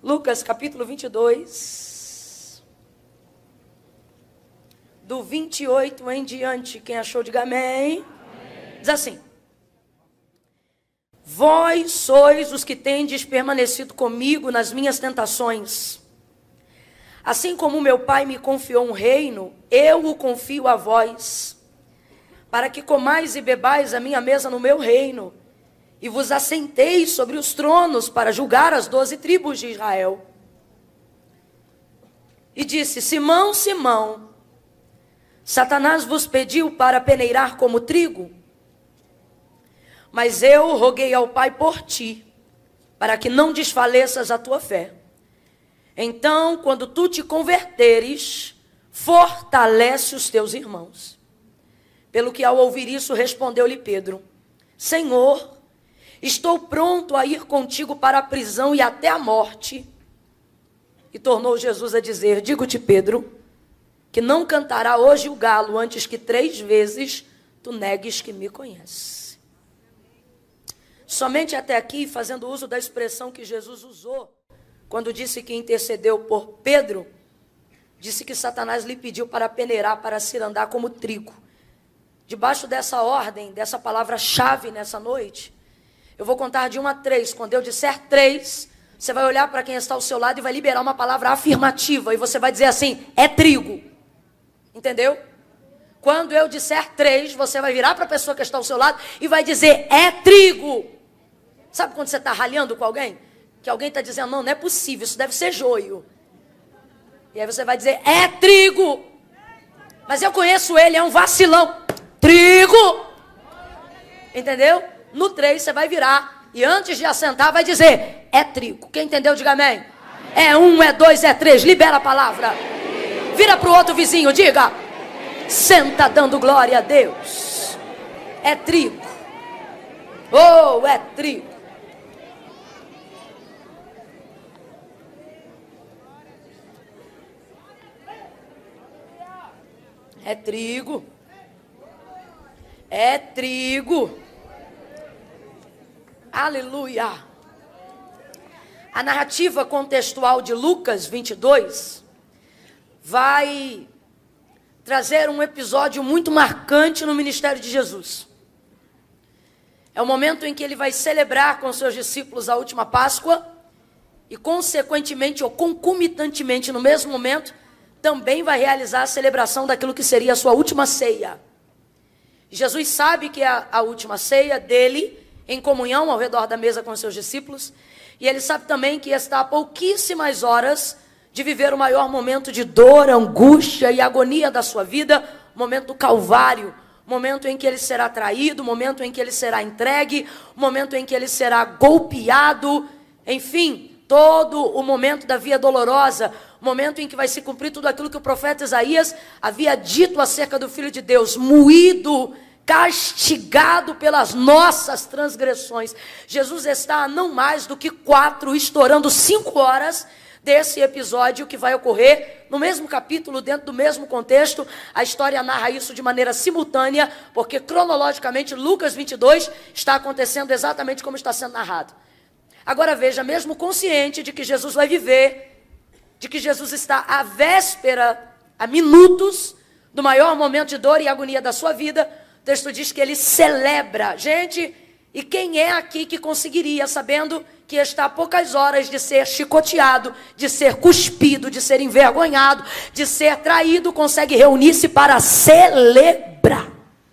Lucas capítulo 22, do 28 em diante. Quem achou, diga amém. Amém. Diz assim: vós sois os que tendes permanecido comigo nas minhas tentações. Assim como meu Pai me confiou um reino, eu o confio a vós, para que comais e bebais a minha mesa no meu reino, e vos assenteis sobre os tronos para julgar as 12 tribos de Israel. E disse: Simão, Simão, Satanás vos pediu para peneirar como trigo, mas eu roguei ao Pai por ti, para que não desfaleças a tua fé. Então, quando tu te converteres, fortalece os teus irmãos. Pelo que, ao ouvir isso, respondeu-lhe Pedro: Senhor, estou pronto a ir contigo para a prisão e até a morte. E tornou Jesus a dizer: digo-te, Pedro, que não cantará hoje o galo antes que 3 vezes tu negues que me conhece. Somente até aqui, fazendo uso da expressão que Jesus usou, quando disse que intercedeu por Pedro, disse que Satanás lhe pediu para peneirar, para cirandar como trigo. Debaixo dessa ordem, dessa palavra-chave nessa noite, eu vou contar de 1 a 3. Quando eu disser 3, você vai olhar para quem está ao seu lado e vai liberar uma palavra afirmativa. E você vai dizer assim: é trigo. Entendeu? Quando eu disser 3, você vai virar para a pessoa que está ao seu lado e vai dizer: é trigo. Sabe quando você está ralhando com alguém? Que alguém está dizendo: não, não é possível, isso deve ser joio. E aí você vai dizer: é trigo. Mas eu conheço ele, é um vacilão. Trigo. Entendeu? No 3 você vai virar e antes de assentar vai dizer: é trigo. Quem entendeu, diga amém. É 1, é 2, é 3. Libera a palavra. Vira para o outro vizinho, diga: senta dando glória a Deus. É trigo. Oh, é trigo. É trigo. É trigo. Aleluia. A narrativa contextual de Lucas 22 vai trazer um episódio muito marcante no ministério de Jesus. É o momento em que ele vai celebrar com seus discípulos a última Páscoa e, consequentemente ou concomitantemente, no mesmo momento, também vai realizar a celebração daquilo que seria a sua última ceia. Jesus sabe que é a última ceia dele, em comunhão ao redor da mesa com seus discípulos, e ele sabe também que está a pouquíssimas horas de viver o maior momento de dor, angústia e agonia da sua vida, o momento do Calvário, o momento em que ele será traído, o momento em que ele será entregue, o momento em que ele será golpeado, enfim, todo o momento da via dolorosa, o momento em que vai se cumprir tudo aquilo que o profeta Isaías havia dito acerca do Filho de Deus: moído, castigado pelas nossas transgressões. Jesus está a não mais do que 4, estourando 5 horas desse episódio que vai ocorrer no mesmo capítulo, dentro do mesmo contexto. A história narra isso de maneira simultânea, porque cronologicamente Lucas 22 está acontecendo exatamente como está sendo narrado. Agora veja, mesmo consciente de que Jesus vai viver, de que Jesus está à véspera, a minutos, do maior momento de dor e agonia da sua vida, o texto diz que ele celebra. Gente, e quem é aqui que conseguiria, sabendo que está a poucas horas de ser chicoteado, de ser cuspido, de ser envergonhado, de ser traído, consegue reunir-se para celebrar?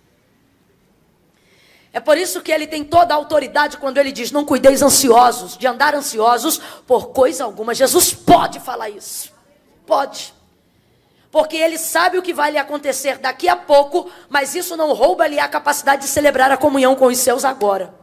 É por isso que ele tem toda a autoridade quando ele diz: não cuideis ansiosos, de andar ansiosos por coisa alguma. Jesus pode falar isso. Pode. Porque ele sabe o que vai lhe acontecer daqui a pouco, mas isso não rouba-lhe a capacidade de celebrar a comunhão com os seus agora.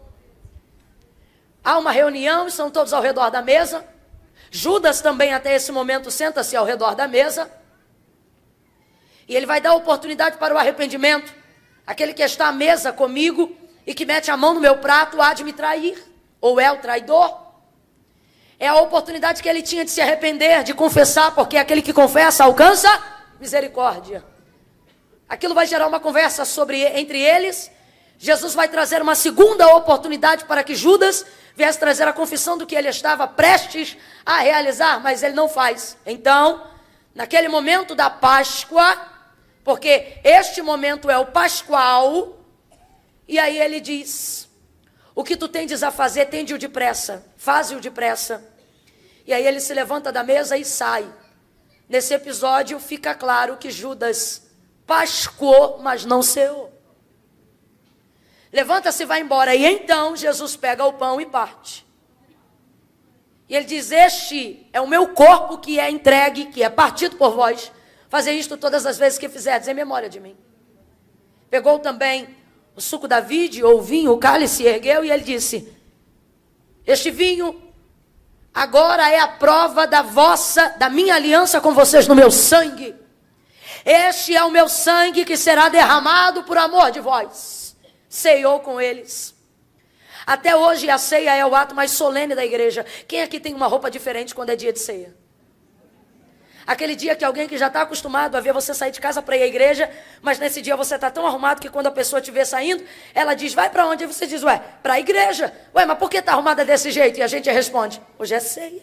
Há uma reunião, estão todos ao redor da mesa. Judas também até esse momento senta-se ao redor da mesa. E ele vai dar oportunidade para o arrependimento. Aquele que está à mesa comigo e que mete a mão no meu prato há de me trair, ou é o traidor. É a oportunidade que ele tinha de se arrepender, de confessar, porque aquele que confessa alcança misericórdia. Aquilo vai gerar uma conversa entre eles, Jesus vai trazer uma segunda oportunidade para que Judas viesse trazer a confissão do que ele estava prestes a realizar, mas ele não faz. Então, naquele momento da Páscoa, porque este momento é o pascual, e aí ele diz: o que tu tendes a fazer, tende-o depressa, faze-o depressa. E aí ele se levanta da mesa e sai. Nesse episódio fica claro que Judas pascuou, mas não ceou. Levanta-se e vai embora. E então Jesus pega o pão e parte. E ele diz: este é o meu corpo que é entregue, que é partido por vós. Fazer isto todas as vezes que fizerdes em memória de mim. Pegou também o suco da vide, ou o vinho, o cálice, ergueu e ele disse: este vinho agora é a prova da minha aliança com vocês no meu sangue. Este é o meu sangue que será derramado por amor de vós. Ceiou com eles. Até hoje a ceia é o ato mais solene da igreja. Quem aqui tem uma roupa diferente quando é dia de ceia? Aquele dia que alguém que já está acostumado a ver você sair de casa para ir à igreja, mas nesse dia você está tão arrumado que quando a pessoa te vê saindo, ela diz: vai para onde? E você diz: ué, para a igreja. Ué, mas por que está arrumada desse jeito? E a gente responde: hoje é ceia.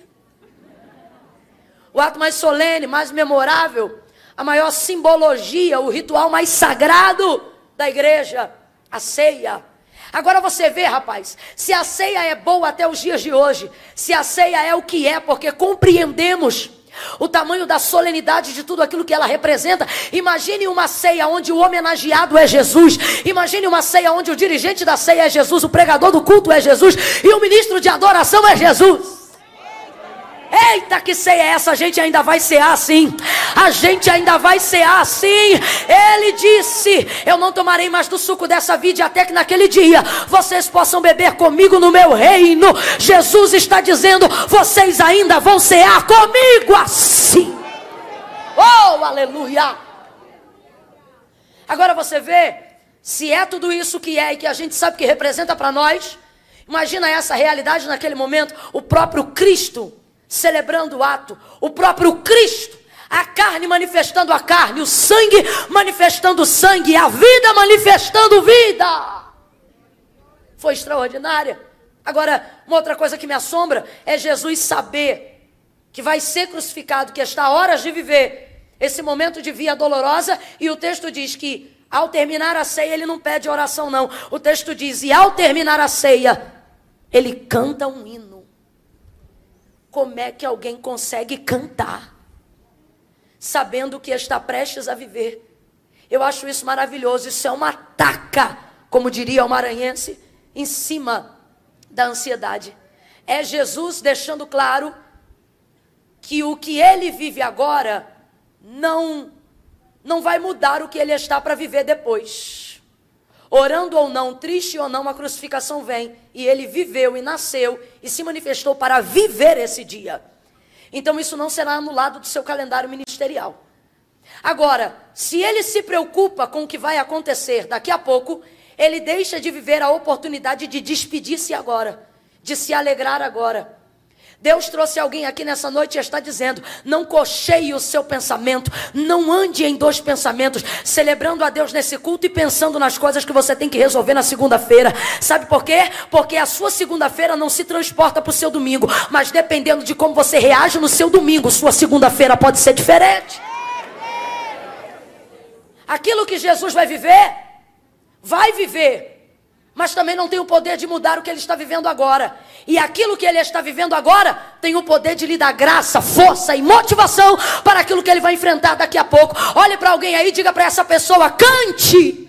O ato mais solene, mais memorável, a maior simbologia, o ritual mais sagrado da igreja, a ceia. Agora você vê, rapaz, se a ceia é boa até os dias de hoje, se a ceia é o que é, porque compreendemos o tamanho da solenidade de tudo aquilo que ela representa. Imagine uma ceia onde o homenageado é Jesus. Imagine uma ceia onde o dirigente da ceia é Jesus, o pregador do culto é Jesus e o ministro de adoração é Jesus. Eita, que ceia é essa? A gente ainda vai cear assim. A gente ainda vai cear assim. Ele disse: eu não tomarei mais do suco dessa vide até que naquele dia vocês possam beber comigo no meu reino. Jesus está dizendo: vocês ainda vão cear comigo assim. Oh, aleluia. Agora você vê, se é tudo isso que é e que a gente sabe que representa para nós, imagina essa realidade naquele momento. O próprio Cristo celebrando o ato, o próprio Cristo, a carne manifestando a carne, o sangue manifestando o sangue, a vida manifestando vida. Foi extraordinária. Agora, uma outra coisa que me assombra é Jesus saber que vai ser crucificado, que está a horas de viver esse momento de via dolorosa, e o texto diz que ao terminar a ceia ele não pede oração não. O texto diz: e ao terminar a ceia ele canta um hino. Como é que alguém consegue cantar sabendo que está prestes a viver? Eu acho isso maravilhoso. Isso é uma taca, como diria o maranhense, em cima da ansiedade. É Jesus deixando claro que o que ele vive agora não vai mudar o que ele está para viver depois. Orando ou não, triste ou não, a crucificação vem. E ele viveu e nasceu e se manifestou para viver esse dia. Então isso não será anulado do seu calendário ministerial. Agora, se ele se preocupa com o que vai acontecer daqui a pouco, ele deixa de viver a oportunidade de despedir-se agora, de se alegrar agora. Deus trouxe alguém aqui nessa noite e está dizendo: não cocheie o seu pensamento, não ande em dois pensamentos, celebrando a Deus nesse culto e pensando nas coisas que você tem que resolver na segunda-feira. Sabe por quê? Porque a sua segunda-feira não se transporta para o seu domingo, mas dependendo de como você reage no seu domingo, sua segunda-feira pode ser diferente. Aquilo que Jesus vai viver, mas também não tem o poder de mudar o que ele está vivendo agora. E aquilo que ele está vivendo agora tem o poder de lhe dar graça, força e motivação para aquilo que ele vai enfrentar daqui a pouco. Olhe para alguém aí e diga para essa pessoa: cante.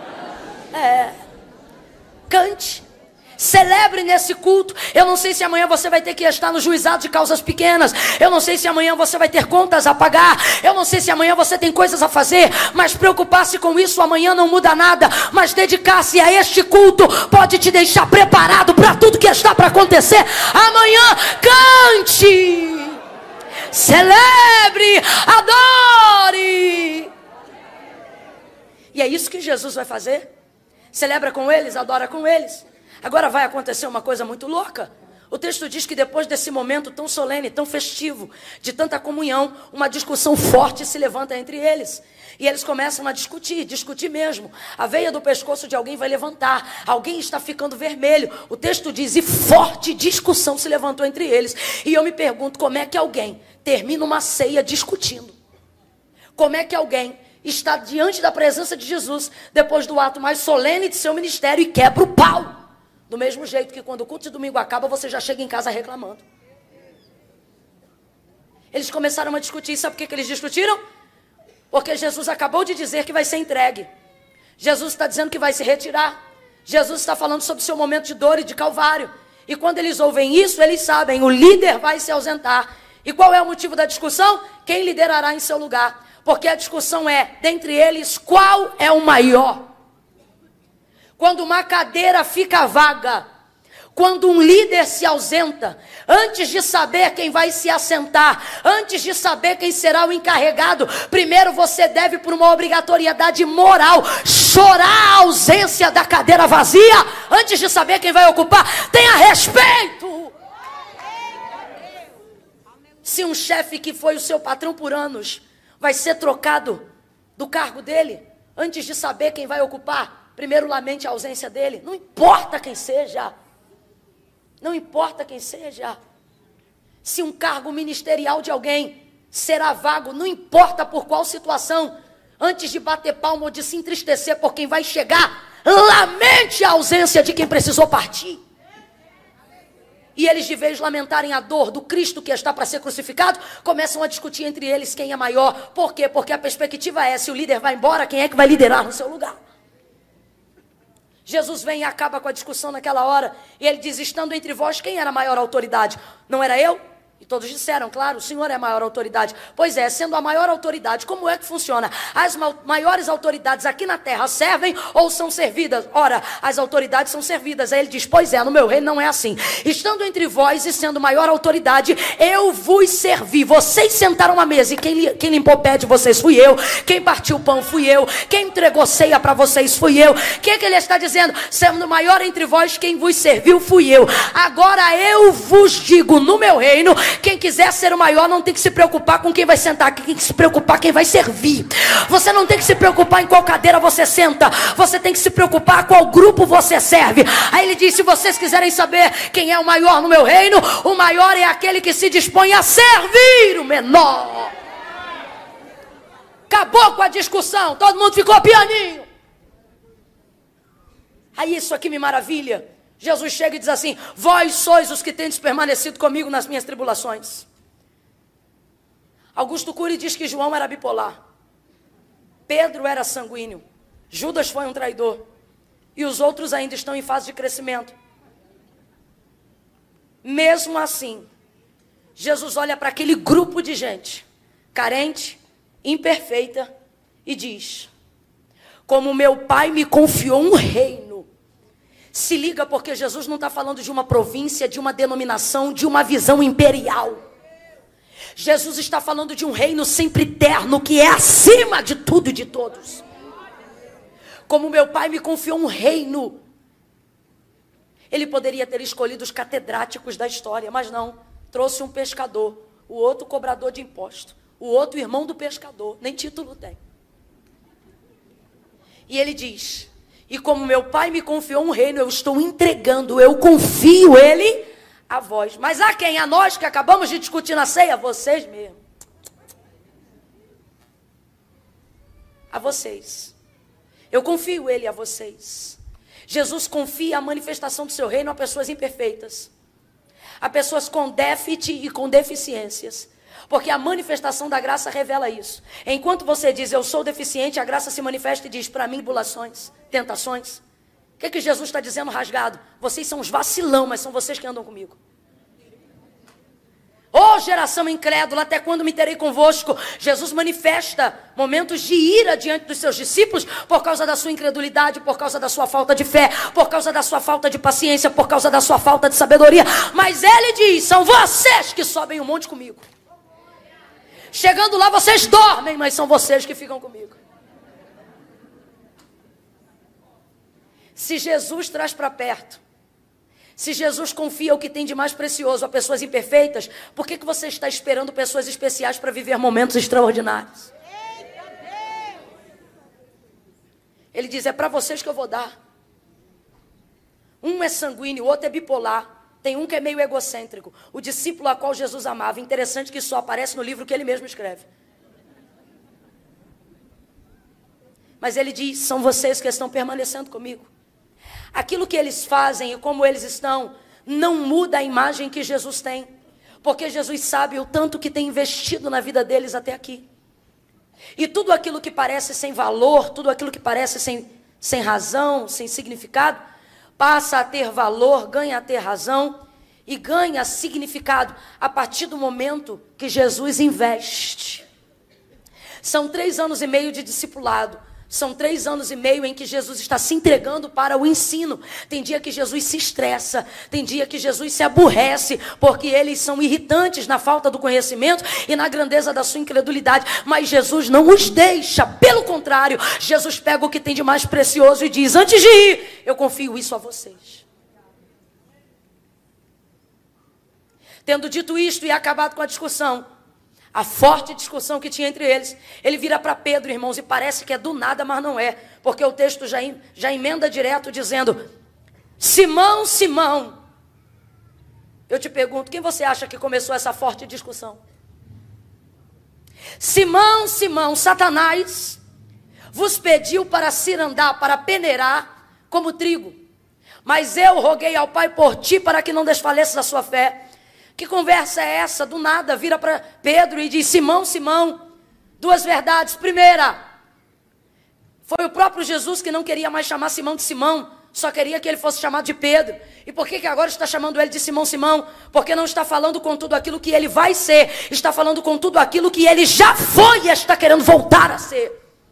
Cante. Celebre nesse culto. Eu não sei se amanhã você vai ter que estar no juizado de causas pequenas. Eu não sei se amanhã você vai ter contas a pagar. Eu não sei se amanhã você tem coisas a fazer. Mas preocupar-se com isso amanhã não muda nada. Mas dedicar-se a este culto pode te deixar preparado para tudo que está para acontecer amanhã. Cante, celebre, adore. E é isso que Jesus vai fazer. Celebra com eles, adora com eles. Agora vai acontecer uma coisa muito louca. O texto diz que depois desse momento tão solene, tão festivo, de tanta comunhão, uma discussão forte se levanta entre eles. E eles começam a discutir mesmo. A veia do pescoço de alguém vai levantar. Alguém está ficando vermelho. O texto diz, e forte discussão se levantou entre eles. E eu me pergunto, como é que alguém termina uma ceia discutindo? Como é que alguém está diante da presença de Jesus, depois do ato mais solene de seu ministério, e quebra o pau? Do mesmo jeito que quando o culto de domingo acaba, você já chega em casa reclamando. Eles começaram a discutir. Sabe por que eles discutiram? Porque Jesus acabou de dizer que vai ser entregue. Jesus está dizendo que vai se retirar. Jesus está falando sobre o seu momento de dor e de calvário. E quando eles ouvem isso, eles sabem, o líder vai se ausentar. E qual é o motivo da discussão? Quem liderará em seu lugar? Porque a discussão é, dentre eles, qual é o maior? Quando uma cadeira fica vaga, quando um líder se ausenta, antes de saber quem vai se assentar, antes de saber quem será o encarregado, primeiro você deve, por uma obrigatoriedade moral, chorar a ausência da cadeira vazia, antes de saber quem vai ocupar. Tenha respeito. Se um chefe que foi o seu patrão por anos vai ser trocado do cargo dele, antes de saber quem vai ocupar, primeiro lamente a ausência dele. Não importa quem seja. Não importa quem seja. Se um cargo ministerial de alguém será vago, não importa por qual situação, antes de bater palma ou de se entristecer por quem vai chegar, lamente a ausência de quem precisou partir. E eles, de vez de lamentarem a dor do Cristo que está para ser crucificado, começam a discutir entre eles quem é maior. Por quê? Porque a perspectiva é, se o líder vai embora, quem é que vai liderar no seu lugar? Jesus vem e acaba com a discussão naquela hora. E ele diz, estando entre vós, quem era a maior autoridade? Não era eu? E todos disseram, claro, o Senhor é a maior autoridade. Pois é, sendo a maior autoridade, como é que funciona? As maiores autoridades aqui na terra servem ou são servidas? Ora, as autoridades são servidas. Aí ele diz, pois é, no meu reino não é assim. Estando entre vós e sendo maior autoridade, eu vos servi. Vocês sentaram à mesa e quem limpou o pé de vocês fui eu. Quem partiu o pão fui eu. Quem entregou ceia para vocês fui eu. O que ele está dizendo? Sendo maior entre vós, quem vos serviu fui eu. Agora eu vos digo, no meu reino, quem quiser ser o maior não tem que se preocupar com quem vai sentar aqui, tem que se preocupar quem vai servir. Você não tem que se preocupar em qual cadeira você senta, você tem que se preocupar qual grupo você serve. Aí ele diz, se vocês quiserem saber quem é o maior no meu reino, o maior é aquele que se dispõe a servir o menor. Acabou com a discussão, todo mundo ficou pianinho. Aí isso aqui me maravilha. Jesus chega e diz assim, vós sois os que tendes permanecido comigo nas minhas tribulações. Augusto Cury diz que João era bipolar, Pedro era sanguíneo, Judas foi um traidor, e os outros ainda estão em fase de crescimento. Mesmo assim, Jesus olha para aquele grupo de gente, carente, imperfeita, e diz, como meu pai me confiou um reino. Se liga, porque Jesus não está falando de uma província, de uma denominação, de uma visão imperial. Jesus está falando de um reino sempre terno, que é acima de tudo e de todos. Como meu pai me confiou um reino. Ele poderia ter escolhido os catedráticos da história, mas não. Trouxe um pescador, o outro cobrador de imposto, o outro irmão do pescador, nem título tem. E ele diz, e como meu pai me confiou um reino, eu estou entregando, eu confio ele a vós. Mas a quem? A nós que acabamos de discutir na ceia? Vocês mesmo. A vocês. Eu confio ele a vocês. Jesus confia a manifestação do seu reino a pessoas imperfeitas. A pessoas com déficit e com deficiências. Porque a manifestação da graça revela isso. Enquanto você diz, eu sou deficiente, a graça se manifesta e diz, para mim, tribulações, tentações. O que Jesus está dizendo rasgado? Vocês são os vacilão, mas são vocês que andam comigo. Ô geração incrédula, até quando me terei convosco? Jesus manifesta momentos de ira diante dos seus discípulos por causa da sua incredulidade, por causa da sua falta de fé, por causa da sua falta de paciência, por causa da sua falta de sabedoria. Mas ele diz, são vocês que sobem o monte comigo. Chegando lá, vocês dormem, mas são vocês que ficam comigo. Se Jesus traz para perto, Se Jesus confia o que tem de mais precioso a pessoas imperfeitas, por que você está esperando pessoas especiais para viver momentos extraordinários? Ele diz, é para vocês que eu vou dar. Um é sanguíneo, o outro é bipolar. Tem um que é meio egocêntrico. O discípulo a qual Jesus amava. Interessante que isso só aparece no livro que ele mesmo escreve. Mas ele diz, são vocês que estão permanecendo comigo. Aquilo que eles fazem e como eles estão, não muda a imagem que Jesus tem. Porque Jesus sabe o tanto que tem investido na vida deles até aqui. E tudo aquilo que parece sem valor, tudo aquilo que parece sem razão, sem significado, passa a ter valor, ganha a ter razão e ganha significado a partir do momento que Jesus investe. São 3 anos e meio de discipulado. São 3 anos e meio em que Jesus está se entregando para o ensino. Tem dia que Jesus se estressa, tem dia que Jesus se aborrece, porque eles são irritantes na falta do conhecimento e na grandeza da sua incredulidade. Mas Jesus não os deixa, pelo contrário, Jesus pega o que tem de mais precioso e diz, antes de ir, eu confio isso a vocês. Tendo dito isto e acabado com a discussão, a forte discussão que tinha entre eles, ele vira para Pedro, irmãos, e parece que é do nada, mas não é. Porque o texto já emenda direto dizendo, Simão, Simão, eu te pergunto, quem você acha que começou essa forte discussão? Simão, Simão, Satanás vos pediu para cirandar, para peneirar como trigo. Mas eu roguei ao Pai por ti para que não desfaleças a sua fé. Que conversa é essa? Do nada, vira para Pedro e diz, Simão, Simão, 2 verdades. Primeira, foi o próprio Jesus que não queria mais chamar Simão de Simão, só queria que ele fosse chamado de Pedro. E por que agora está chamando ele de Simão, Simão? Porque não está falando com tudo aquilo que ele vai ser, está falando com tudo aquilo que ele já foi e está querendo voltar a ser.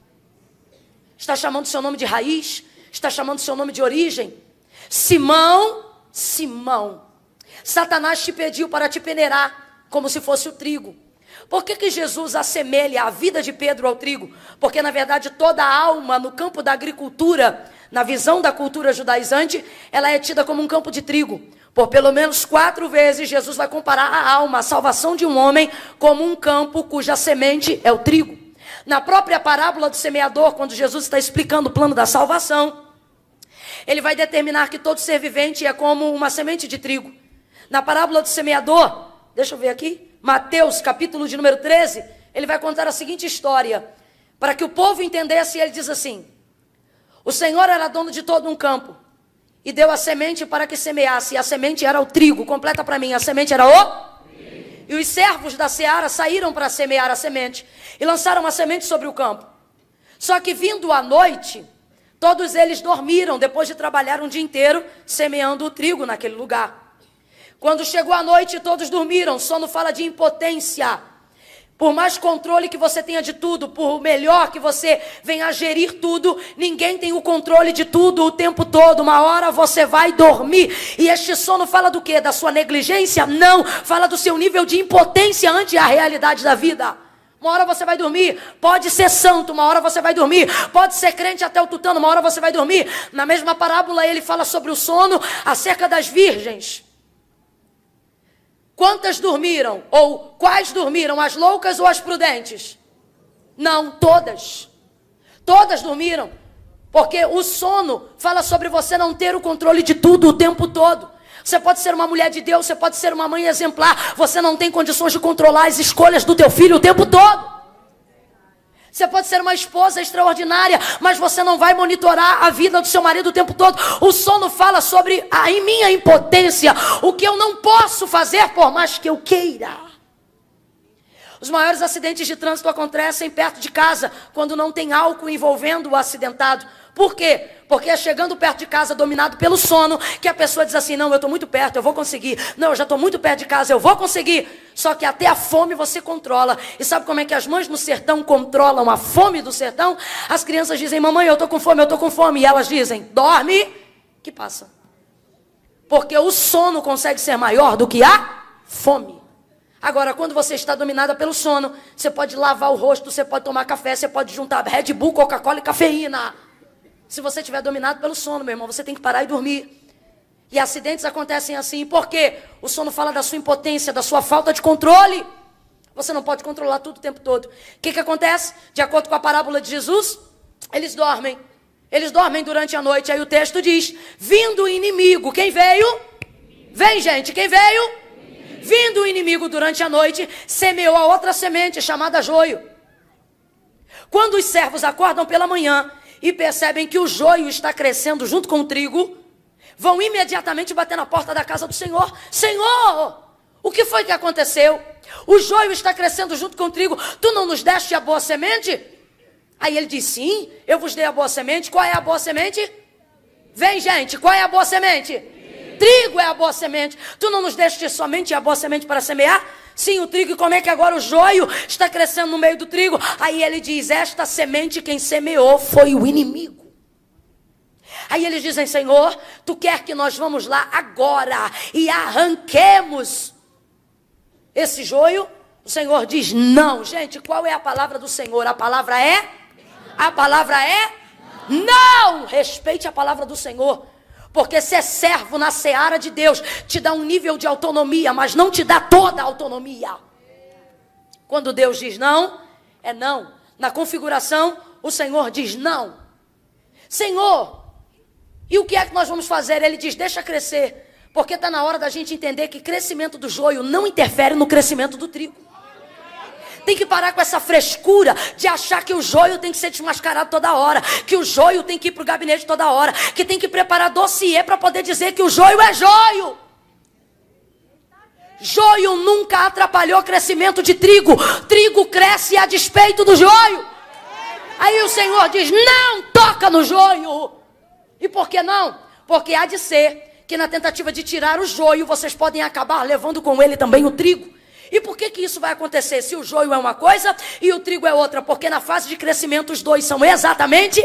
Está chamando seu nome de raiz, está chamando seu nome de origem. Simão, Simão, Satanás te pediu para te peneirar como se fosse o trigo. Por que Jesus assemelha a vida de Pedro ao trigo? Porque na verdade toda a alma no campo da agricultura, na visão da cultura judaizante, ela é tida como um campo de trigo. Por pelo menos 4 vezes Jesus vai comparar a alma, a salvação de um homem, como um campo cuja semente é o trigo. Na própria parábola do semeador, quando Jesus está explicando o plano da salvação, ele vai determinar que todo ser vivente é como uma semente de trigo. Na parábola do semeador, deixa eu ver aqui, Mateus, capítulo de número 13, ele vai contar a seguinte história, para que o povo entendesse, ele diz assim, o Senhor era dono de todo um campo, e deu a semente para que semeasse, e a semente era o trigo, completa para mim, a semente era o... E os servos da seara saíram para semear a semente, e lançaram a semente sobre o campo. Só que vindo à noite, todos eles dormiram, depois de trabalhar um dia inteiro, semeando o trigo naquele lugar. Quando chegou a noite, todos dormiram. Sono fala de impotência. Por mais controle que você tenha de tudo, por melhor que você venha a gerir tudo, ninguém tem o controle de tudo o tempo todo. Uma hora você vai dormir. E este sono fala do quê? Da sua negligência? Não. Fala do seu nível de impotência ante a realidade da vida. Uma hora você vai dormir. Pode ser santo, uma hora você vai dormir. Pode ser crente até o tutano, uma hora você vai dormir. Na mesma parábola ele fala sobre o sono acerca das virgens. Quantas dormiram? Ou quais dormiram? As loucas ou as prudentes? Não, todas. Todas dormiram. Porque o sono fala sobre você não ter o controle de tudo o tempo todo. Você pode ser uma mulher de Deus, você pode ser uma mãe exemplar. Você não tem condições de controlar as escolhas do teu filho o tempo todo. Você pode ser uma esposa extraordinária, mas você não vai monitorar a vida do seu marido o tempo todo. O sono fala sobre a minha impotência, o que eu não posso fazer por mais que eu queira. Os maiores acidentes de trânsito acontecem perto de casa, quando não tem álcool envolvendo o acidentado. Por quê? Porque é chegando perto de casa, dominado pelo sono, que a pessoa diz assim, não, eu estou muito perto, eu vou conseguir. Não, eu já estou muito perto de casa, eu vou conseguir. Só que até a fome você controla. E sabe como é que as mães no sertão controlam a fome do sertão? As crianças dizem, mamãe, eu estou com fome, eu estou com fome. E elas dizem, dorme, que passa. Porque o sono consegue ser maior do que a fome. Agora, quando você está dominada pelo sono, você pode lavar o rosto, você pode tomar café, você pode juntar Red Bull, Coca-Cola e cafeína. Se você estiver dominado pelo sono, meu irmão, você tem que parar e dormir. E acidentes acontecem assim, porque o sono fala da sua impotência, da sua falta de controle. Você não pode controlar tudo o tempo todo. O que acontece? De acordo com a parábola de Jesus, eles dormem. Eles dormem durante a noite. Aí o texto diz, vindo o inimigo. Quem veio? Vem, gente, quem veio? Vindo o inimigo durante a noite, semeou a outra semente, chamada joio. Quando os servos acordam pela manhã e percebem que o joio está crescendo junto com o trigo, vão imediatamente bater na porta da casa do Senhor. Senhor, o que foi que aconteceu? O joio está crescendo junto com o trigo. Tu não nos deste a boa semente? Aí ele diz, sim, eu vos dei a boa semente. Qual é a boa semente? Vem, gente, qual é a boa semente? Trigo é a boa semente. Tu não nos deste somente a boa semente para semear? Sim, o trigo. E como é que agora o joio está crescendo no meio do trigo? Aí ele diz, esta semente quem semeou foi o inimigo. Aí eles dizem, Senhor, tu quer que nós vamos lá agora e arranquemos esse joio? O Senhor diz, não. Gente, qual é a palavra do Senhor? A palavra é? Não. Respeite a palavra do Senhor. Porque ser servo na seara de Deus te dá um nível de autonomia, mas não te dá toda a autonomia. Quando Deus diz não, é não. Na configuração, o Senhor diz não. Senhor, e o que é que nós vamos fazer? Ele diz, deixa crescer. Porque está na hora da gente entender que crescimento do joio não interfere no crescimento do trigo. Tem que parar com essa frescura de achar que o joio tem que ser desmascarado toda hora, que o joio tem que ir para o gabinete toda hora, que tem que preparar dossiê para poder dizer que o joio é joio. Joio nunca atrapalhou o crescimento de trigo. Trigo cresce a despeito do joio. Aí o Senhor diz, não toca no joio. E por que não? Porque há de ser que na tentativa de tirar o joio, vocês podem acabar levando com ele também o trigo. E por que isso vai acontecer? Se o joio é uma coisa e o trigo é outra? Porque na fase de crescimento os dois são exatamente...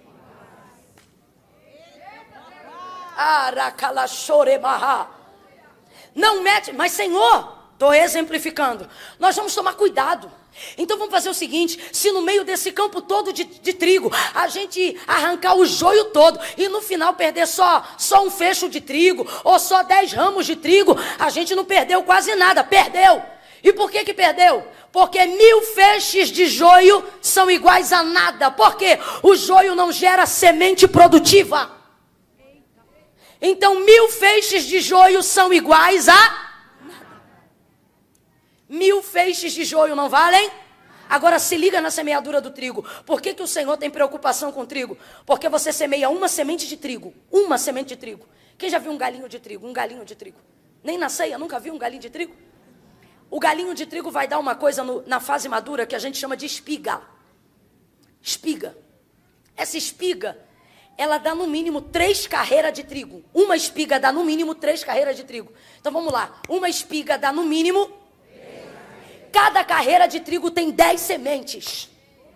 Não mete... Mas Senhor, estou exemplificando. Nós vamos tomar cuidado. Então vamos fazer o seguinte, se no meio desse campo todo de trigo, a gente arrancar o joio todo e no final perder só um fecho de trigo, ou só 10 ramos de trigo, a gente não perdeu quase nada, perdeu. E por que perdeu? Porque 1000 feixes de joio são iguais a nada. Porque o joio não gera semente produtiva. Então 1000 feixes de joio são iguais a nada. 1000 feixes de joio não valem? Agora se liga na semeadura do trigo. Por que o Senhor tem preocupação com o trigo? Porque você semeia uma semente de trigo. Uma semente de trigo. Quem já viu um galinho de trigo? Um galinho de trigo. Nem na ceia, nunca viu um galinho de trigo? O galinho de trigo vai dar uma coisa na fase madura que a gente chama de espiga. Espiga. Essa espiga, ela dá no mínimo 3 carreiras de trigo. Uma espiga dá no mínimo 3 carreiras de trigo. Então vamos lá. Uma espiga dá no mínimo... Cada carreira de trigo tem 10 sementes.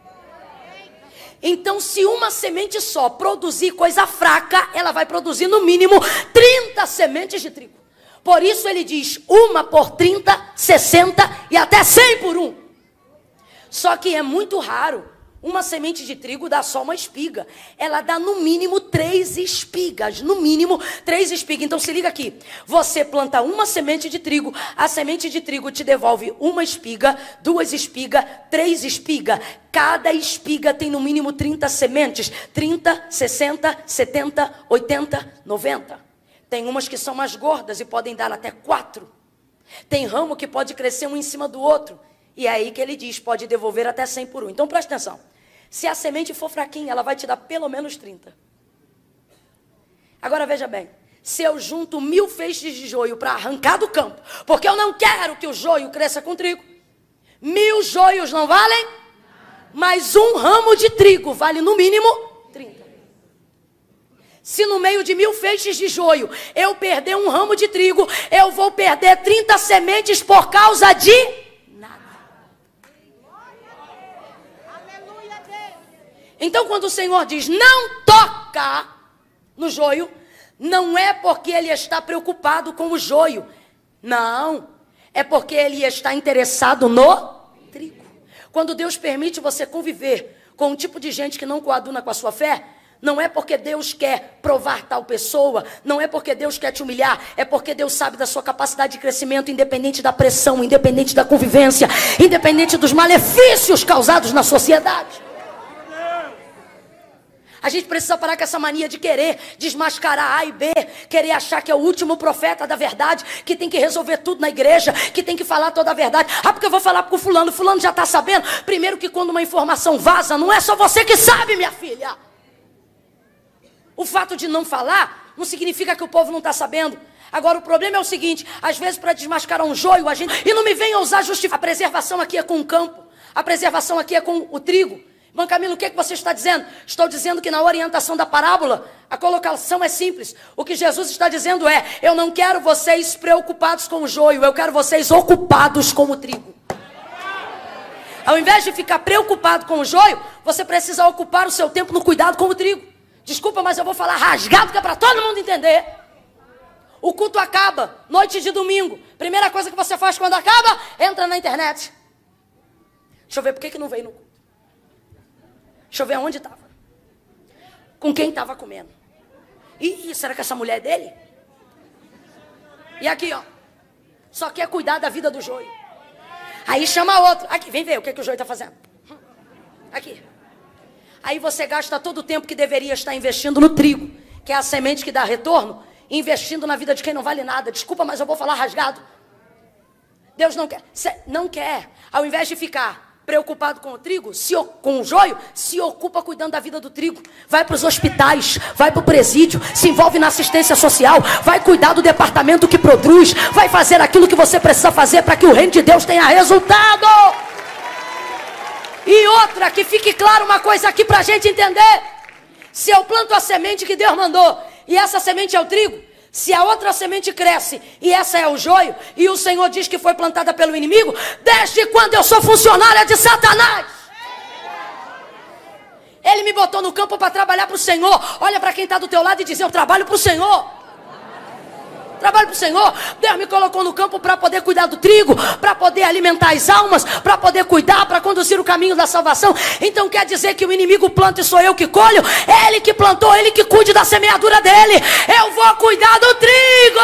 Então se uma semente só produzir coisa fraca, ela vai produzir no mínimo 30 sementes de trigo. Por isso ele diz, 1 por 30, 60 e até 100 por 1. Só que é muito raro uma semente de trigo dar só uma espiga. Ela dá no mínimo 3 espigas. No mínimo 3 espigas. Então se liga aqui. Você planta uma semente de trigo. A semente de trigo te devolve 1 espiga, 2 espigas, 3 espigas. Cada espiga tem no mínimo 30 sementes. 30, 60, 70, 80, 90. Tem umas que são mais gordas e podem dar até 4. Tem ramo que pode crescer um em cima do outro. E é aí que ele diz, pode devolver até 100 por 1. Então presta atenção. Se a semente for fraquinha, ela vai te dar pelo menos 30. Agora veja bem. Se eu junto 1000 feixes de joio para arrancar do campo, porque eu não quero que o joio cresça com trigo. 1000 joios não valem? Mas um ramo de trigo vale no mínimo 30. Se no meio de 1000 feixes de joio eu perder um ramo de trigo, eu vou perder 30 sementes por causa de nada. Então quando o Senhor diz não toca no joio, não é porque ele está preocupado com o joio. Não, é porque ele está interessado no trigo. Quando Deus permite você conviver com um tipo de gente que não coaduna com a sua fé, Não é porque Deus quer provar tal pessoa, não é porque Deus quer te humilhar, é porque Deus sabe da sua capacidade de crescimento, independente da pressão, independente da convivência, independente dos malefícios causados na sociedade. A gente precisa parar com essa mania de querer desmascarar A e B, querer achar que é o último profeta da verdade, que tem que resolver tudo na igreja, que tem que falar toda a verdade. Ah, porque eu vou falar com o fulano já está sabendo. Primeiro que quando uma informação vaza, não é só você que sabe, minha filha. O fato de não falar não significa que o povo não está sabendo. Agora o problema é o seguinte, às vezes para desmascarar um joio, a gente... E não me venha usar justificar. A preservação aqui é com o campo, a preservação aqui é com o trigo. Irmão Camilo, o que você está dizendo? Estou dizendo que na orientação da parábola, a colocação é simples. O que Jesus está dizendo é, eu não quero vocês preocupados com o joio, eu quero vocês ocupados com o trigo. Ao invés de ficar preocupado com o joio, você precisa ocupar o seu tempo no cuidado com o trigo. Desculpa, mas eu vou falar rasgado, que é para todo mundo entender. O culto acaba, noite de domingo. Primeira coisa que você faz quando acaba, entra na internet. Deixa eu ver por que não veio no culto. Deixa eu ver onde estava. Com quem estava comendo. Ih, será que essa mulher é dele? E aqui, ó. Só quer cuidar da vida do joio. Aí chama outro. Aqui, vem ver o que o joio está fazendo. Aqui. Aí você gasta todo o tempo que deveria estar investindo no trigo, que é a semente que dá retorno, investindo na vida de quem não vale nada. Desculpa, mas eu vou falar rasgado. Deus não quer. Não quer. Ao invés de ficar preocupado com o trigo, com o joio, se ocupa cuidando da vida do trigo. Vai para os hospitais, vai para o presídio, se envolve na assistência social, vai cuidar do departamento que produz, vai fazer aquilo que você precisa fazer para que o reino de Deus tenha resultado. E outra, que fique claro uma coisa aqui para a gente entender. Se eu planto a semente que Deus mandou, e essa semente é o trigo, se a outra semente cresce, e essa é o joio, e o Senhor diz que foi plantada pelo inimigo, desde quando eu sou funcionária de Satanás? Ele me botou no campo para trabalhar para o Senhor. Olha para quem está do teu lado e diz, eu trabalho para o Senhor. Trabalho para o Senhor. Deus me colocou no campo para poder cuidar do trigo, para poder alimentar as almas, para poder cuidar, para conduzir o caminho da salvação. Então quer dizer que o inimigo planta e sou eu que colho? Ele que plantou, ele que cuide da semeadura dele. Eu vou cuidar do trigo.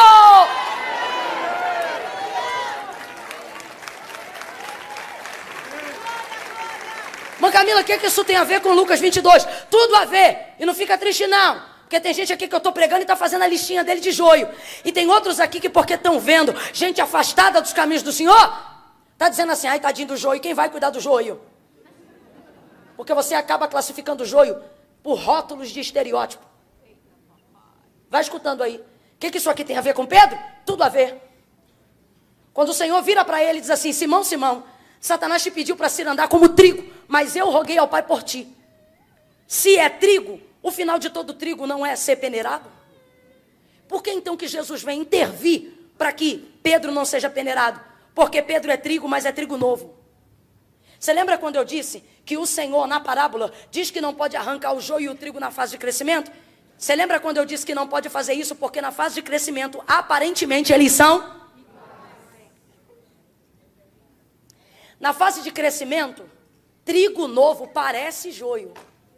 Mãe Camila, o que isso tem a ver com Lucas 22? Tudo a ver. E não fica triste não. Porque tem gente aqui que eu estou pregando e está fazendo a listinha dele de joio. E tem outros aqui que porque estão vendo gente afastada dos caminhos do Senhor, está dizendo assim, ai tadinho do joio, quem vai cuidar do joio? Porque você acaba classificando o joio por rótulos de estereótipo. Vai escutando aí. O que isso aqui tem a ver com Pedro? Tudo a ver. Quando o Senhor vira para ele e diz assim, Simão, Simão, Satanás te pediu para se andar como trigo, mas eu roguei ao Pai por ti. Se é trigo, o final de todo trigo não é ser peneirado? Por que então que Jesus vem intervir para que Pedro não seja peneirado? Porque Pedro é trigo, mas é trigo novo. Você lembra quando eu disse que o Senhor, na parábola, diz que não pode arrancar o joio e o trigo na fase de crescimento? Você lembra quando eu disse que não pode fazer isso porque na fase de crescimento, aparentemente, eles são? Na fase de crescimento, trigo novo parece joio.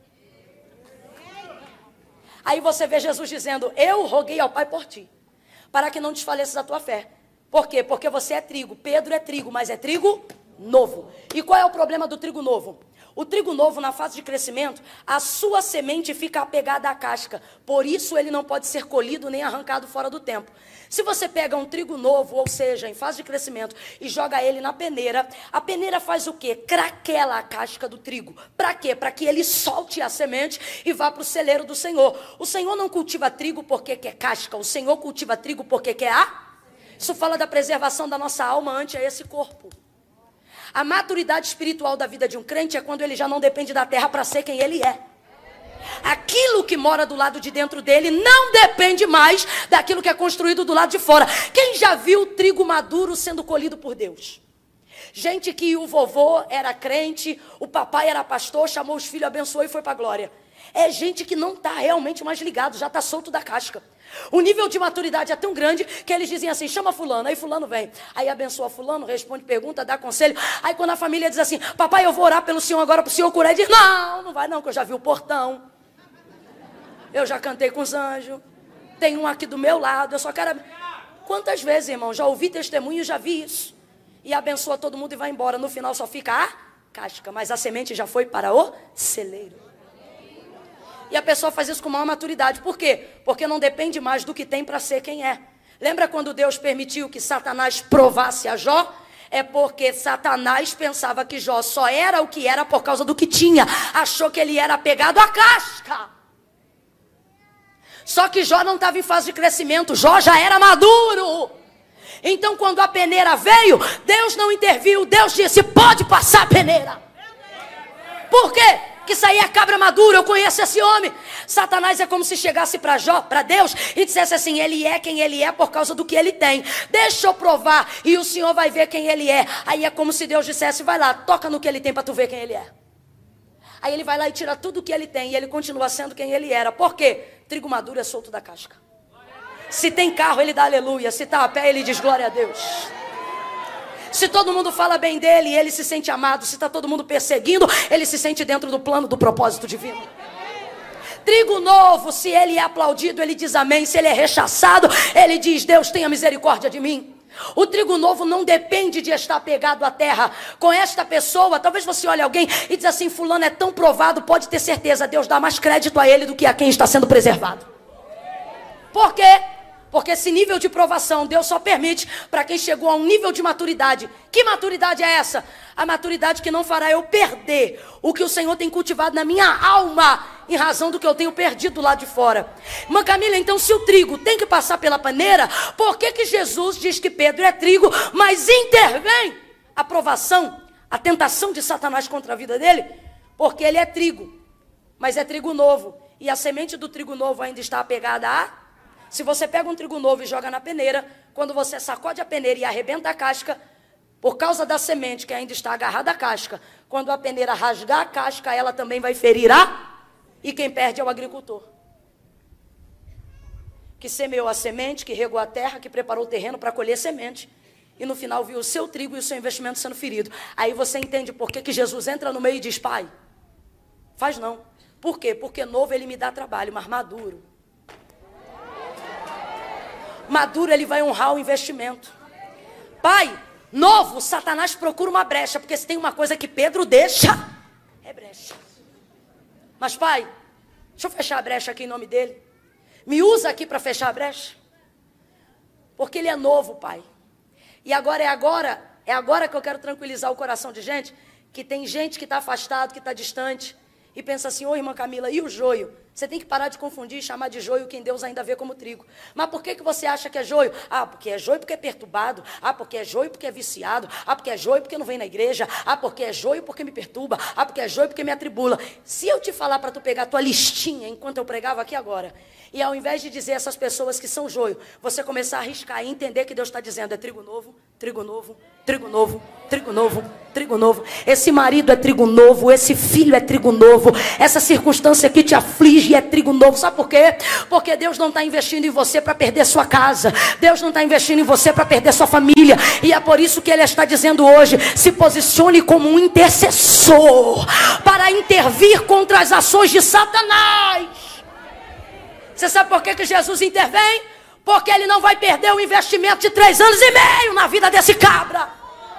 Aí você vê Jesus dizendo, eu roguei ao Pai por ti, para que não desfaleças a tua fé. Por quê? Porque você é trigo. Pedro é trigo, mas é trigo novo. E qual é o problema do trigo novo? O trigo novo, na fase de crescimento, a sua semente fica apegada à casca. Por isso ele não pode ser colhido nem arrancado fora do tempo. Se você pega um trigo novo, ou seja, em fase de crescimento, e joga ele na peneira, a peneira faz o quê? Craquela a casca do trigo. Para quê? Para que ele solte a semente e vá para o celeiro do Senhor. O Senhor não cultiva trigo porque quer casca, o Senhor cultiva trigo porque quer Isso fala da preservação da nossa alma ante a esse corpo. A maturidade espiritual da vida de um crente é quando ele já não depende da terra para ser quem ele é. Aquilo que mora do lado de dentro dele não depende mais daquilo que é construído do lado de fora. Quem já viu o trigo maduro sendo colhido por Deus? Gente que o vovô era crente, o papai era pastor, chamou os filhos, abençoou e foi para a glória. É gente que não está realmente mais ligado, já está solto da casca. O nível de maturidade é tão grande que eles dizem assim, chama fulano, aí fulano vem. Aí abençoa fulano, responde pergunta, dá conselho. Aí quando a família diz assim, papai, eu vou orar pelo senhor agora para o senhor curar, ele diz, não vai não, que eu já vi o portão. Eu já cantei com os anjos. Tem um aqui do meu lado. Eu só quero... Quantas vezes, irmão, já ouvi testemunho e já vi isso. E abençoa todo mundo e vai embora. No final só fica a casca. Mas a semente já foi para o celeiro. E a pessoa faz isso com maior maturidade. Por quê? Porque não depende mais do que tem para ser quem é. Lembra quando Deus permitiu que Satanás provasse a Jó? É porque Satanás pensava que Jó só era o que era por causa do que tinha. Achou que ele era apegado à casca. Só que Jó não estava em fase de crescimento. Jó já era maduro. Então quando a peneira veio, Deus não interviu. Deus disse, pode passar a peneira. Por quê? Que isso aí é cabra madura, eu conheço esse homem. Satanás é como se chegasse para Jó, para Deus, e dissesse assim, ele é quem ele é por causa do que ele tem. Deixa eu provar, e o Senhor vai ver quem ele é. Aí é como se Deus dissesse, vai lá, toca no que ele tem para tu ver quem ele é. Aí ele vai lá e tira tudo o que ele tem, e ele continua sendo quem ele era. Por quê? Trigo maduro é solto da casca. Se tem carro, ele dá aleluia. Se está a pé, ele diz glória a Deus. Se todo mundo fala bem dele, ele se sente amado. Se está todo mundo perseguindo, ele se sente dentro do plano do propósito divino. Trigo novo, se ele é aplaudido, ele diz amém. Se ele é rechaçado, ele diz, Deus tenha misericórdia de mim. O trigo novo não depende de estar pegado à terra. Com esta pessoa, talvez você olhe alguém e diz assim, fulano é tão provado, pode ter certeza, Deus dá mais crédito a ele do que a quem está sendo preservado. Por quê? Porque esse nível de provação, Deus só permite para quem chegou a um nível de maturidade. Que maturidade é essa? A maturidade que não fará eu perder o que o Senhor tem cultivado na minha alma, em razão do que eu tenho perdido lá de fora. Irmã Camila, então se o trigo tem que passar pela paneira, por que que Jesus diz que Pedro é trigo, mas intervém a provação, a tentação de Satanás contra a vida dele? Porque ele é trigo, mas é trigo novo. E a semente do trigo novo ainda está apegada a... Se você pega um trigo novo e joga na peneira, quando você sacode a peneira e arrebenta a casca, por causa da semente que ainda está agarrada à casca, quando a peneira rasgar a casca, ela também vai ferir a... E quem perde é o agricultor. Que semeou a semente, que regou a terra, que preparou o terreno para colher semente. E no final viu o seu trigo e o seu investimento sendo ferido. Aí você entende por que que Jesus entra no meio e diz, pai, faz não. Por quê? Porque novo ele me dá trabalho, mas maduro. Maduro ele vai honrar o investimento. Pai, novo, Satanás procura uma brecha, porque se tem uma coisa que Pedro deixa, é brecha. Mas pai, deixa eu fechar a brecha aqui em nome dele. Me usa aqui para fechar a brecha. Porque ele é novo, pai. E agora é agora que eu quero tranquilizar o coração de gente, que tem gente que está afastado, que está distante, e pensa assim, ô irmã Camila, e o joio? Você tem que parar de confundir e chamar de joio quem Deus ainda vê como trigo. Mas por que que você acha que é joio? Ah, porque é joio porque é perturbado. Ah, porque é joio porque é viciado. Ah, porque é joio porque não vem na igreja. Ah, porque é joio porque me perturba. Ah, porque é joio porque me atribula. Se eu te falar para tu pegar a tua listinha enquanto eu pregava aqui agora, e ao invés de dizer essas pessoas que são joio, você começar a arriscar e entender que Deus está dizendo, é trigo novo, trigo novo, trigo novo, trigo novo, trigo novo. Esse marido é trigo novo, esse filho é trigo novo, essa circunstância que te aflige é trigo novo. Sabe por quê? Porque Deus não está investindo em você para perder sua casa. Deus não está investindo em você para perder sua família. E é por isso que Ele está dizendo hoje, se posicione como um intercessor para intervir contra as ações de Satanás. Você sabe por que que Jesus intervém? Porque Ele não vai perder o investimento de 3 anos e meio na vida desse cabra.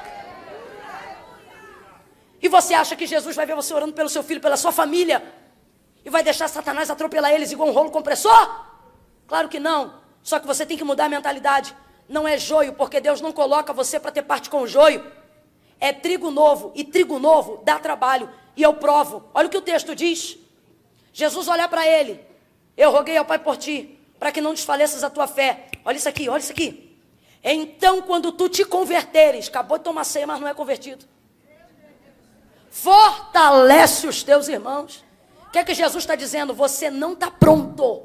E você acha que Jesus vai ver você orando pelo seu filho, pela sua família, e vai deixar Satanás atropelar eles igual um rolo compressor? Claro que não. Só que você tem que mudar a mentalidade. Não é joio, porque Deus não coloca você para ter parte com o joio. É trigo novo, e trigo novo dá trabalho. E eu provo. Olha o que o texto diz. Jesus olha para ele. Eu roguei ao Pai por ti, para que não desfaleças a tua fé. Olha isso aqui, olha isso aqui. Então, quando tu te converteres, acabou de tomar ceia, mas não é convertido, fortalece os teus irmãos. O que é que Jesus está dizendo? Você não está pronto.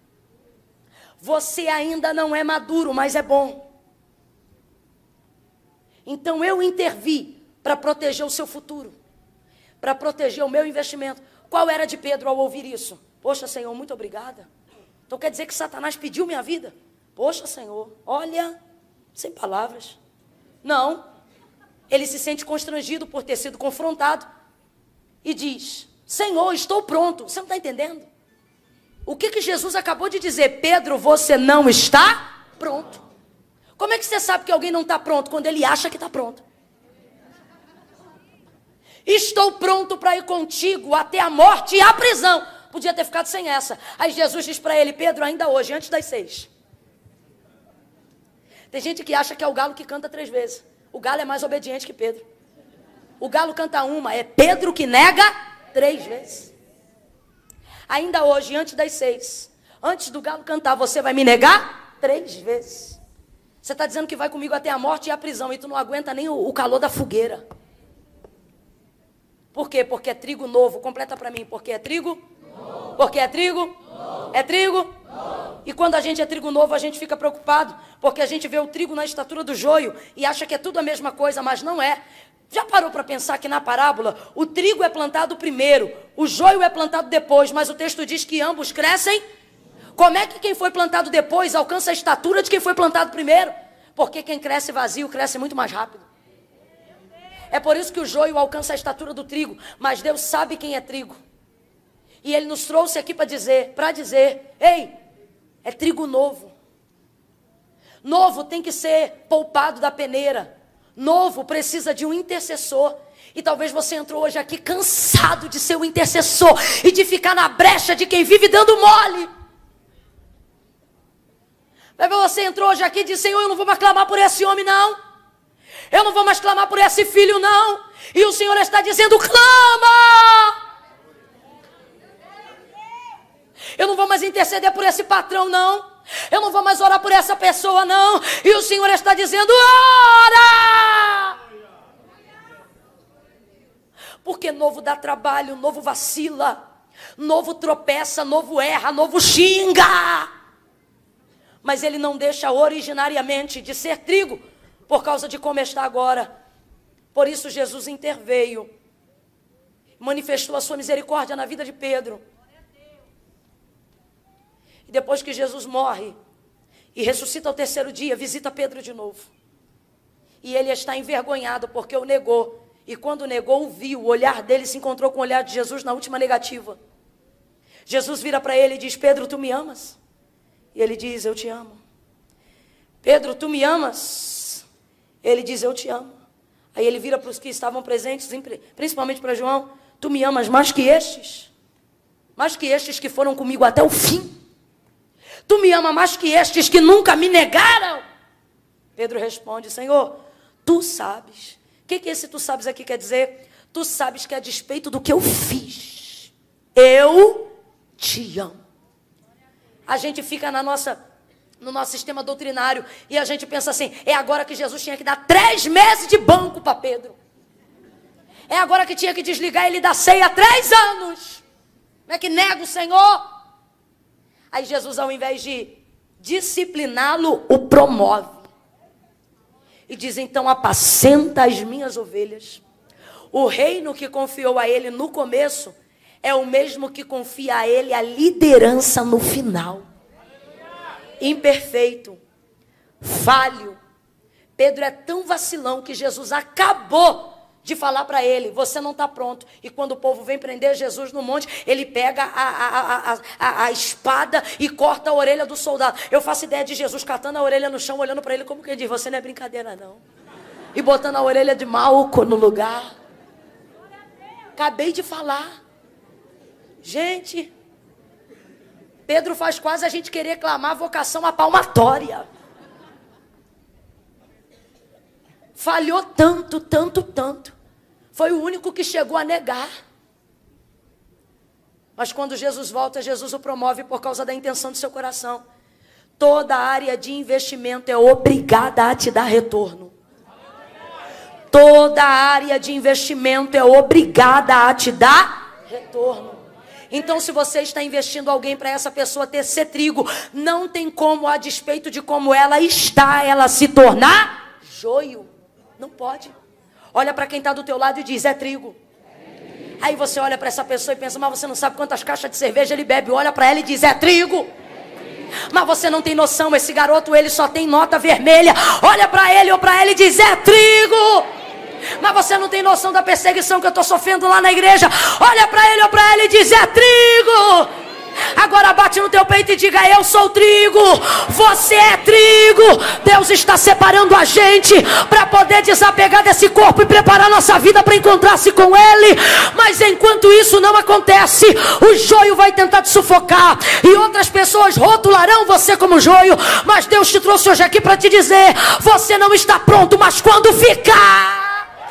Você ainda não é maduro, mas é bom. Então eu intervi para proteger o seu futuro, para proteger o meu investimento. Qual era de Pedro ao ouvir isso? Poxa, Senhor, muito obrigada. Então quer dizer que Satanás pediu minha vida? Poxa, Senhor, olha, sem palavras. Não. Ele se sente constrangido por ter sido confrontado e diz, Senhor, estou pronto. Você não está entendendo? O que Jesus acabou de dizer? Pedro, você não está pronto. Como é que você sabe que alguém não está pronto? Quando ele acha que está pronto. Estou pronto para ir contigo até a morte e a prisão. Podia ter ficado sem essa. Aí Jesus diz para ele, Pedro, ainda hoje, antes das 6. Tem gente que acha que é o galo que canta 3 vezes. O galo é mais obediente que Pedro. O galo canta uma, é Pedro que nega 3 vezes. Ainda hoje, antes das 6, antes do galo cantar, você vai me negar 3 vezes. Você está dizendo que vai comigo até a morte e a prisão, e tu não aguenta nem o calor da fogueira. Por quê? Porque é trigo novo. Completa para mim. Porque é trigo? Novo. Porque é trigo? Novo. É trigo? Novo. E quando a gente é trigo novo, a gente fica preocupado, porque a gente vê o trigo na estatura do joio e acha que é tudo a mesma coisa, mas não é. Já parou para pensar que na parábola o trigo é plantado primeiro, o joio é plantado depois, mas o texto diz que ambos crescem? Como é que quem foi plantado depois alcança a estatura de quem foi plantado primeiro? Porque quem cresce vazio cresce muito mais rápido. É por isso que o joio alcança a estatura do trigo, mas Deus sabe quem é trigo. E Ele nos trouxe aqui para dizer, ei, é trigo novo. Novo tem que ser poupado da peneira. Novo precisa de um intercessor. E talvez você entrou hoje aqui cansado de ser o intercessor e de ficar na brecha de quem vive dando mole. Talvez você entrou hoje aqui e disse, Senhor, eu não vou mais clamar por esse homem, não. Eu não vou mais clamar por esse filho, não. E o Senhor está dizendo, clama! Eu não vou mais interceder por esse patrão, não. Eu não vou mais orar por essa pessoa, não. E o Senhor está dizendo, ora! Porque novo dá trabalho, novo vacila, novo tropeça, novo erra, novo xinga. Mas ele não deixa originariamente de ser trigo, por causa de como está agora. Por isso Jesus interveio, manifestou a sua misericórdia na vida de Pedro. E depois que Jesus morre e ressuscita ao 3º dia, visita Pedro de novo. E ele está envergonhado porque o negou. E quando negou, o viu. O olhar dele se encontrou com o olhar de Jesus na última negativa. Jesus vira para ele e diz, Pedro, tu me amas? E ele diz, eu te amo. Pedro, tu me amas? Ele diz, eu te amo. Aí ele vira para os que estavam presentes, principalmente para João, tu me amas mais que estes? Mais que estes que foram comigo até o fim? Tu me amas mais que estes que nunca me negaram? Pedro responde, Senhor, tu sabes. O que esse tu sabes aqui quer dizer? Tu sabes que a despeito do que eu fiz, eu te amo. A gente fica no nosso sistema doutrinário e a gente pensa assim, é agora que Jesus tinha que dar 3 meses de banco para Pedro. É agora que tinha que desligar ele da ceia 3 anos. Como é que nega o Senhor? Aí Jesus, ao invés de discipliná-lo, o promove. E diz, então, apacenta as minhas ovelhas. O reino que confiou a ele no começo é o mesmo que confia a ele a liderança no final. Imperfeito, falho. Pedro é tão vacilão que Jesus acabou de falar para ele, você não está pronto. E quando o povo vem prender Jesus no monte, ele pega a espada e corta a orelha do soldado. Eu faço ideia de Jesus catando a orelha no chão, olhando para ele como que ele diz, você não é brincadeira não. E botando a orelha de Malco no lugar. Acabei de falar. Gente, Pedro faz quase a gente querer clamar a vocação à palmatória. Falhou tanto, tanto, tanto. Foi o único que chegou a negar. Mas quando Jesus volta, Jesus o promove por causa da intenção do seu coração. Toda área de investimento é obrigada a te dar retorno. Toda área de investimento é obrigada a te dar retorno. Então, se você está investindo alguém para essa pessoa ser trigo, não tem como, a despeito de como ela está, ela se tornar joio. Não pode. Olha para quem está do teu lado e diz, é trigo. Aí você olha para essa pessoa e pensa, mas você não sabe quantas caixas de cerveja ele bebe. Olha para ela e diz, é trigo. Mas você não tem noção, esse garoto, ele só tem nota vermelha. Olha para ele ou para ela e diz, é trigo. Mas você não tem noção da perseguição que eu estou sofrendo lá na igreja. Olha para ele ou para ela e diz, é trigo. Agora bate no teu peito e diga: eu sou trigo, você é trigo. Deus está separando a gente para poder desapegar desse corpo e preparar nossa vida para encontrar-se com Ele. Mas enquanto isso não acontece, o joio vai tentar te sufocar e outras pessoas rotularão você como joio. Mas Deus te trouxe hoje aqui para te dizer: você não está pronto, mas quando ficar,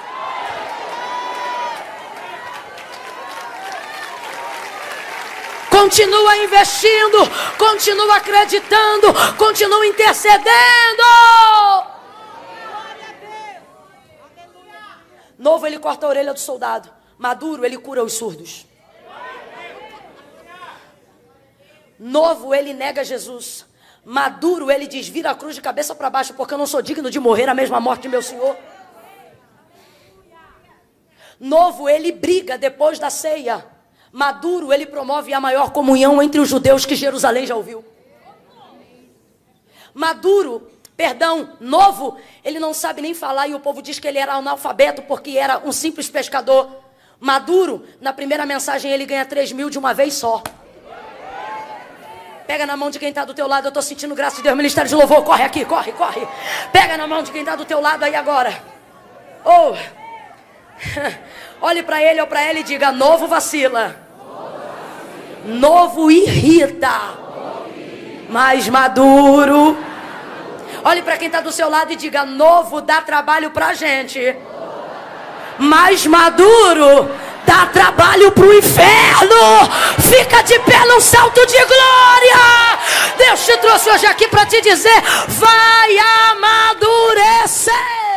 continua investindo, continua acreditando, continua intercedendo. Novo, ele corta a orelha do soldado. Maduro, ele cura os surdos. Novo, ele nega Jesus. Maduro, ele diz: vira a cruz de cabeça para baixo, porque eu não sou digno de morrer a mesma morte de meu Senhor. Novo, ele briga depois da ceia. Maduro, ele promove a maior comunhão entre os judeus que Jerusalém já ouviu. Novo, ele não sabe nem falar e o povo diz que ele era analfabeto porque era um simples pescador. Maduro, na primeira mensagem ele ganha 3.000 de uma vez só. Pega na mão de quem está do teu lado. Eu estou sentindo graça de Deus, ministério de louvor. Corre aqui, corre. Pega na mão de quem está do teu lado aí agora. Olhe para ele ou para ela e diga: novo vacila, novo irrita, mas maduro. Olhe para quem está do seu lado e diga: novo dá trabalho para a gente, mas maduro dá trabalho para o inferno. Fica de pé num salto de glória. Deus te trouxe hoje aqui para te dizer: vai amadurecer.